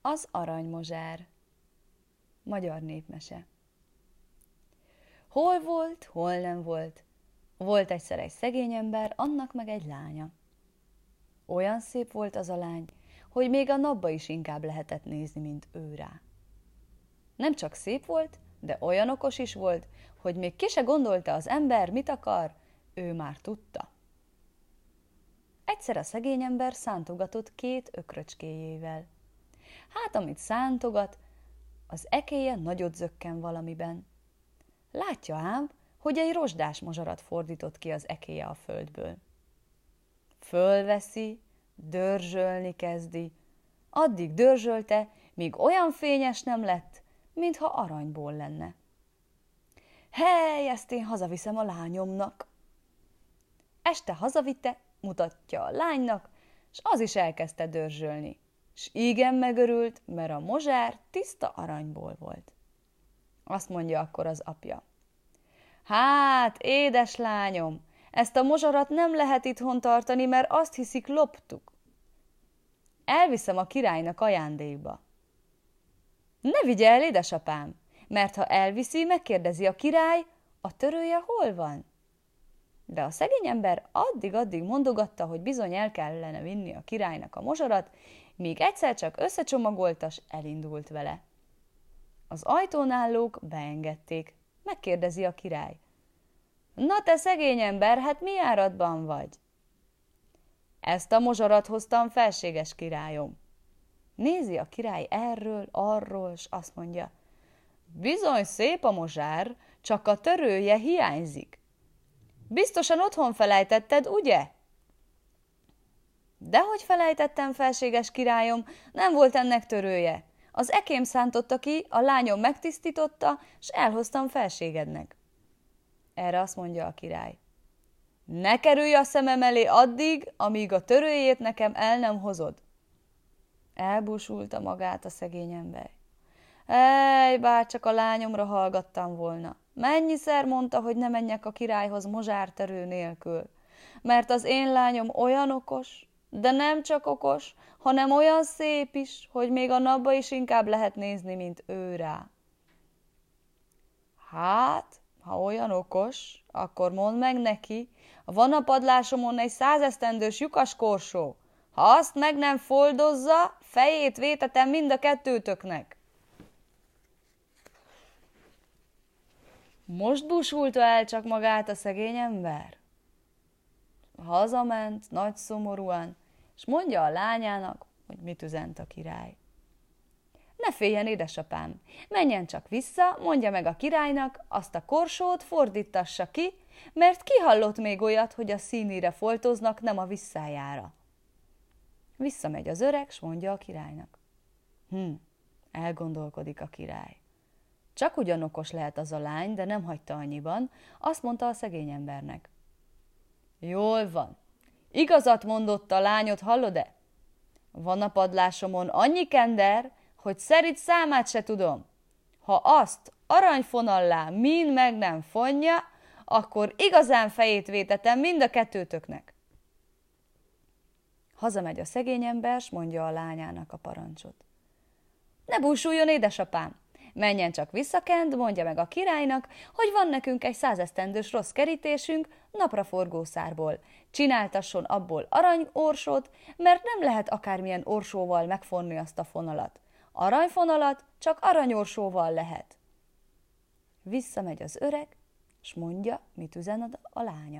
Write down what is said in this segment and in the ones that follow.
Az aranymozsár. Magyar népmese. Hol volt, hol nem volt. Volt egyszer egy szegény ember, annak meg egy lánya. Olyan szép volt az a lány, hogy még a napba is inkább lehetett nézni, mint ő rá. Nem csak szép volt, de olyan okos is volt, hogy még ki se gondolta az ember, mit akar, ő már tudta. Egyszer a szegény ember szántogatott 2 ökröcskéjével. Hát, amit szántogat, az ekéje nagyot zökken valamiben. Látja ám, hogy egy rozsdás mazsarat fordított ki az ekéje a földből. Fölveszi, dörzsölni kezdi. Addig dörzsölte, míg olyan fényes nem lett, mintha aranyból lenne. Hely, ezt én hazaviszem a lányomnak. Este hazavitte, mutatja a lánynak, s az is elkezdte dörzsölni. S igen megörült, mert a mozsár tiszta aranyból volt. Azt mondja akkor az apja. Hát, édes lányom, ezt a mozsarat nem lehet itthon tartani, mert azt hiszik, loptuk. Elviszem a királynak ajándékba. Ne vigye el, édesapám, mert ha elviszi, megkérdezi a király, a törője hol van? De a szegény ember addig-addig mondogatta, hogy bizony el kellene vinni a királynak a mozsarat, míg egyszer csak összecsomagolta, s elindult vele. Az ajtón állók beengedték. Megkérdezi a király. Na te szegény ember, hát mi áradban vagy? Ezt a mozsarat hoztam, felséges királyom. Nézi a király erről, arról, s azt mondja. Bizony szép a mozsár, csak a törője hiányzik. Biztosan otthon felejtetted, ugye? Dehogy felejtettem, felséges királyom, nem volt ennek törője. Az ekém szántotta ki, a lányom megtisztította, s elhoztam felségednek. Erre azt mondja a király. Ne kerülj a szemem elé addig, amíg a törőjét nekem el nem hozod. Elbúsulta magát a szegény ember. Ej, bárcsak a lányomra hallgattam volna. Mennyiszer mondta, hogy ne menjek a királyhoz mozsárterő nélkül, mert az én lányom olyan okos, de nem csak okos, hanem olyan szép is, hogy még a napba is inkább lehet nézni, mint ő rá. Hát, ha olyan okos, akkor mondd meg neki, van a padlásomon egy 100 esztendős lyukas korsó. Ha azt meg nem foldozza, fejét vétetem mind a kettőtöknek. Most búsulta el csak magát a szegény ember? Hazament nagy szomorúan, és mondja a lányának, hogy mit üzent a király. Ne féljen, édesapám, menjen csak vissza, mondja meg a királynak, azt a korsót fordítassa ki, mert ki hallott még olyat, hogy a színire foltoznak, nem a visszájára. Visszamegy az öreg, s mondja a királynak. Elgondolkodik a király. Csak ugyan okos lehet az a lány, de nem hagyta annyiban, azt mondta a szegény embernek. Jól van, igazat mondott a lányod, hallod-e? Van a padlásomon annyi kender, hogy szerint számát se tudom. Ha azt aranyfonallá mind meg nem fonja, akkor igazán fejét vétetem mind a kettőtöknek. Hazamegy a szegény ember, s mondja a lányának a parancsot. Ne búsuljon, édesapám! Menjen csak visszakent, mondja meg a királynak, hogy van nekünk egy 100 esztendős rossz kerítésünk napraforgó szárból. Csináltasson abból aranyorsót, mert nem lehet akármilyen orsóval megfonni azt a fonalat. Aranyfonalat csak aranyorsóval lehet. Visszamegy az öreg, s mondja, mit üzen a lánya.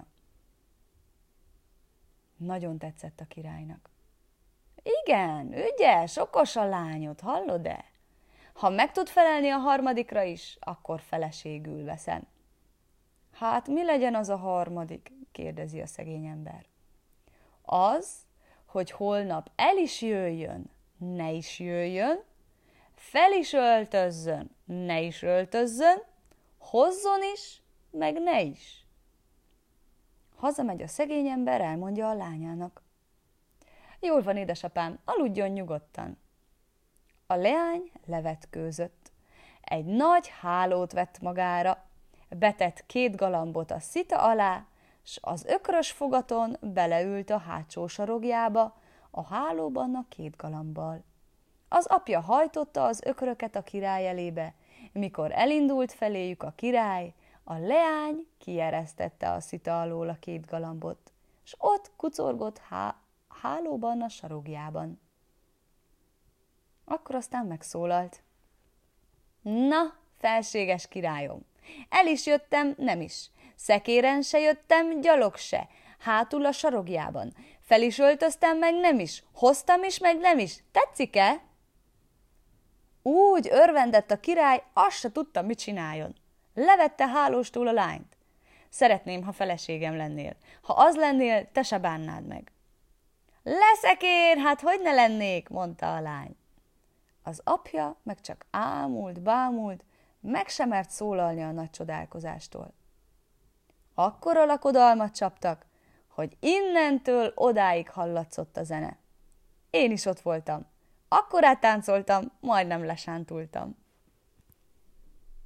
Nagyon tetszett a királynak. Igen, ügyes, okos a lányod, hallod-e? Ha meg tud felelni a harmadikra is, akkor feleségül veszem. Hát mi legyen az a harmadik? Kérdezi a szegény ember. Az, hogy holnap el is jöjjön, ne is jöjjön, fel is öltözzön, ne is öltözzön, hozzon is, meg ne is. Hazamegy a szegény ember, elmondja a lányának. Jól van, édesapám, aludjon nyugodtan. A leány levetkőzött. Egy nagy hálót vett magára, betett 2 galambot a szita alá, s az ökrös fogaton beleült a hátsó sarokjába, a hálóban a 2 galambbal. Az apja hajtotta az ökröket a király elébe, mikor elindult feléjük a király, a leány kieresztette a szita alól a két galambot, s ott kucorgott hálóban a sarogjában. Akkor aztán megszólalt. Na, felséges királyom, el is jöttem, nem is. Szekéren se jöttem, gyalog se, hátul a sarogjában. Fel is öltöztem, meg nem is. Hoztam is, meg nem is. Tetszik-e? Úgy örvendett a király, azt se tudta, mit csináljon. Levette hálóstól a lányt. Szeretném, ha feleségem lennél. Ha az lennél, te se bánnád meg. Leszekér, hát hogy ne lennék, mondta a lány. Az apja meg csak ámult, bámult, meg sem mert szólalni a nagy csodálkozástól. Akkora lakodalmat csaptak, hogy innentől odáig hallatszott a zene. Én is ott voltam. Akkorát táncoltam, majdnem lesántultam.